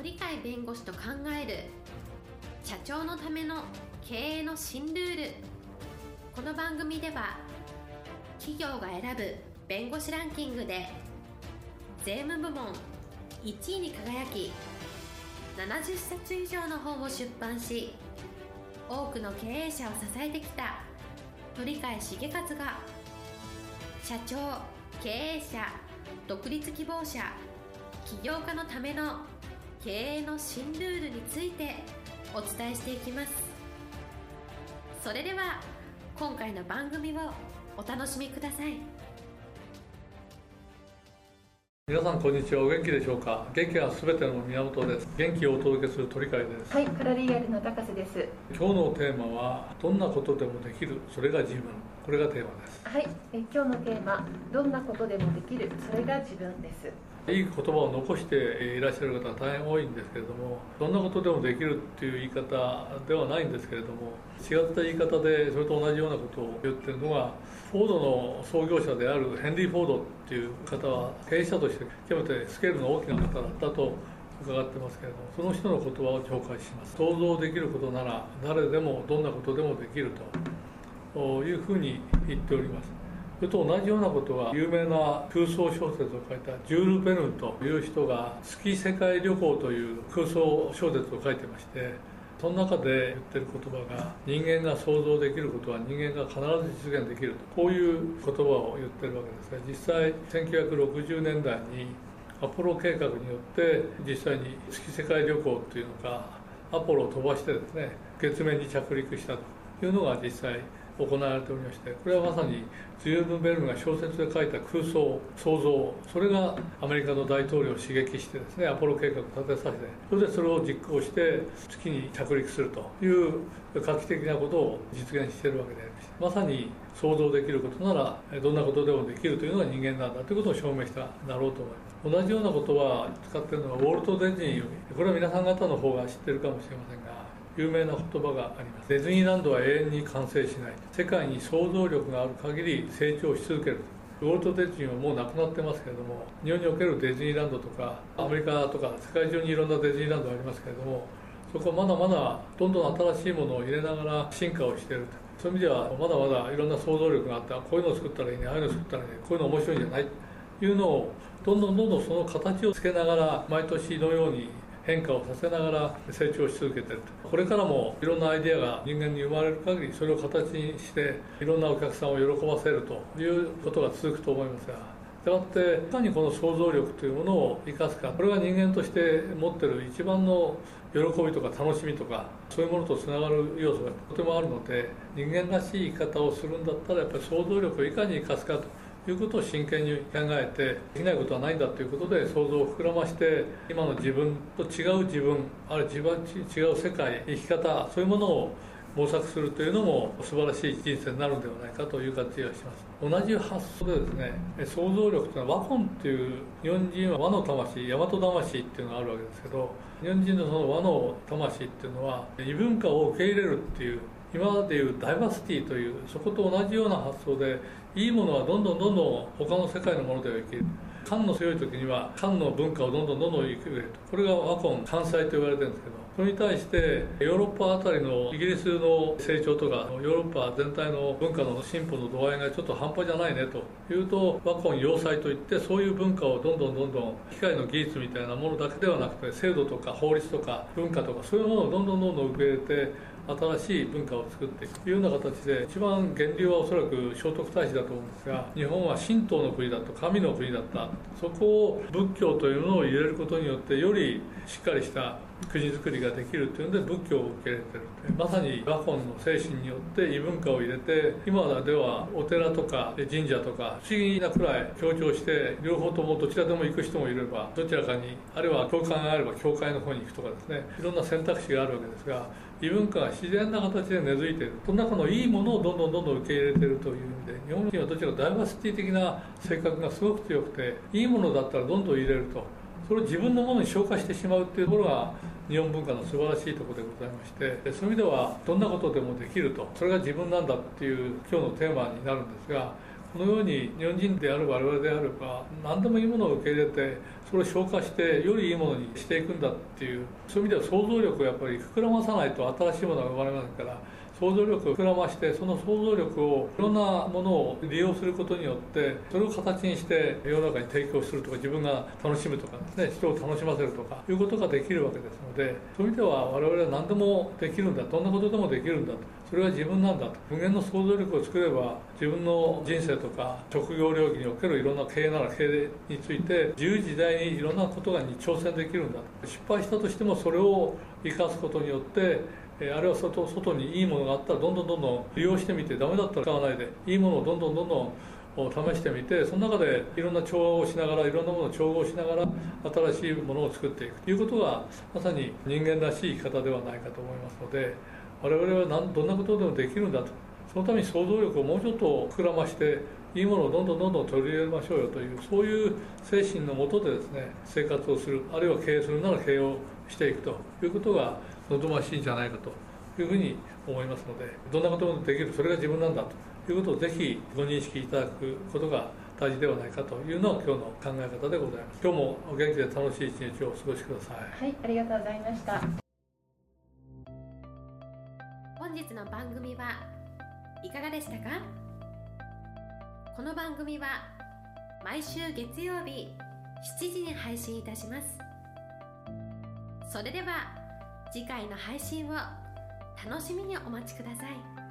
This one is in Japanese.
鳥飼弁護士と考える社長のための経営の新ルール。この番組では企業が選ぶ弁護士ランキングで税務部門1位に輝き、70冊以上の本を出版し、多くの経営者を支えてきた鳥飼茂勝が、社長、経営者、独立希望者、起業家のための経営の新ルールについてお伝えしていきます。それでは今回の番組をお楽しみください。 皆さんこんにちは。お元気でしょうか。元気はすべての源です。元気をお届けする鳥飼です。 はい、パラリーガルの高瀬です。 今日のテーマは、どんなことでもできる、それが自分。これがテーマです。 はい、今日のテーマ、どんなことでもできる、それが自分です。 いい言葉を残していらっしゃる方は大変多いんですけれども、どんなことでもできるっていう言い方ではないんですけれども、違った言い方でそれと同じようなことを言ってるのが、フォードの創業者であるヘンリー・フォードっていう方は、経営者として極めてスケールの大きな方だったと伺ってますけれども、その人の言葉を紹介します。想像できることなら誰でもどんなことでもできるというふうに言っております。それと同じようなことは、有名な空想小説を書いたジュール・ベルンという人が月世界旅行という空想小説を書いてまして、その中で言ってる言葉が、人間が想像できることは人間が必ず実現できると、こういう言葉を言ってるわけですが、実際1960年代にアポロ計画によって実際に月世界旅行というのが、アポロを飛ばしてですね、月面に着陸したというのが実際行われておりまして、これはまさにジュール・ベルンが小説で書いた空想、想像、それがアメリカの大統領を刺激してですね、アポロ計画を立てさせて、それでそれを実行して月に着陸するという画期的なことを実現しているわけでありまして、まさに想像できることならどんなことでもできるというのが人間なんだということを証明しただろうと思います。同じようなことは使っているのがウォルト・ディズニー、これは皆さん方の方が知っているかもしれませんが、有名な言葉があります。ディズニーランドは永遠に完成しない。世界に想像力がある限り成長し続ける。ウォルト・ディズニーはもう亡くなってますけれども、日本におけるディズニーランドとかアメリカとか世界中にいろんなディズニーランドがありますけれども、そこはまだまだどんどん新しいものを入れながら進化をしていると。そういう意味ではまだまだいろんな想像力があって、こういうのを作ったらいいね、ああいうのを作ったらいいね、こういうの面白いんじゃないというのをどんどんその形をつけながら毎年のように変化をさせながら成長し続けていると。これからもいろんなアイデアが人間に生まれる限り、それを形にしていろんなお客さんを喜ばせるということが続くと思いますが、したがっていかにこの想像力というものを生かすか、これが人間として持っている一番の喜びとか楽しみとか、そういうものとつながる要素がとてもあるので、人間らしい生き方をするんだったらやっぱり想像力をいかに生かすかということを真剣に考えて、できないことはないんだということで想像を膨らまして、今の自分と違う自分、あるいは違う世界、生き方、そういうものを模索するというのも素晴らしい人生になるのではないかという感じがします。同じ発想でですね、想像力というのは、和魂という、日本人は和の魂、大和魂っていうのがあるわけですけど、日本人のその和の魂っていうのは、異文化を受け入れるっていう、今までいうダイバーシティという、そこと同じような発想で、いいものはどんどん他の世界のものでは生きる。漢の強い時には漢の文化をどんどん生きると。これが和魂、関西と言われてるんですけど、それに対してヨーロッパあたりのイギリスの成長とか、ヨーロッパ全体の文化の進歩の度合いがちょっと半端じゃないねというと、和魂要塞といって、そういう文化をどんどん機械の技術みたいなものだけではなくて、制度とか法律とか文化とか、そういうものをどんどん受け入れて、新しい文化を作っていくというような形で、一番源流はおそらく聖徳太子だと思うんですが、日本は神道の国だと、神の国だった。そこを仏教というものを入れることによって、よりしっかりした国づくりができるというので仏教を受け入れている。まさに和魂の精神によって異文化を入れて、今ではお寺とか神社とか不思議なくらい強調して、両方ともどちらでも行く人もいれば、どちらかに、あるいは教会があれば教会の方に行くとかですね、いろんな選択肢があるわけですが、異文化が自然な形で根付いている。その中のいいものをどんどん受け入れているという意味で、日本人はどちらかダイバーシティ的な性格がすごく強くて、いいものだったらどんどん入れると、それを自分のものに昇華してしまうというところが日本文化の素晴らしいところでございまして、そういう意味ではどんなことでもできると、それが自分なんだっていう今日のテーマになるんですが、ここのように日本人である我々であれば何でもいいものを受け入れてそれを消化してよりいいものにしていくんだっていう、そういう意味では想像力をやっぱり膨らまさないと新しいものが生まれませんから、想像力を膨らましてその想像力をいろんなものを利用することによってそれを形にして世の中に提供するとか自分が楽しむとかですね、人を楽しませるとかいうことができるわけですので、そういう意味では我々は何でもできるんだ、どんなことでもできるんだと、それは自分なんだと、無限の想像力を作れば自分の人生とか職業領域におけるいろんな経営なら経営について自由自在にいろんなことに挑戦できるんだと、失敗したとしてもそれを生かすことによってあるいは外にいいものがあったらどんどん利用してみて、ダメだったら使わないでいいものをどんどん試してみて、その中でいろんな調和をしながらいろんなものを調合しながら新しいものを作っていくということがまさに人間らしい生き方ではないかと思いますので、我々はどんなことでもできるんだと、そのために想像力をもうちょっと膨らましていいものをどんどん取り入れましょうよという、そういう精神のもとでですね生活をする、あるいは経営するなら経営をしていくということが望ましいんじゃないかというふうに思いますので、どんなこともできる、それが自分なんだということをぜひご認識いただくことが大事ではないかというのが今日の考え方でございます。今日もお元気で楽しい一日をお過ごしください。 はい、ありがとうございました。 本日の番組はいかがでしたか？この番組は毎週月曜日7時に配信いたします。それでは次回の配信を楽しみにお待ちください。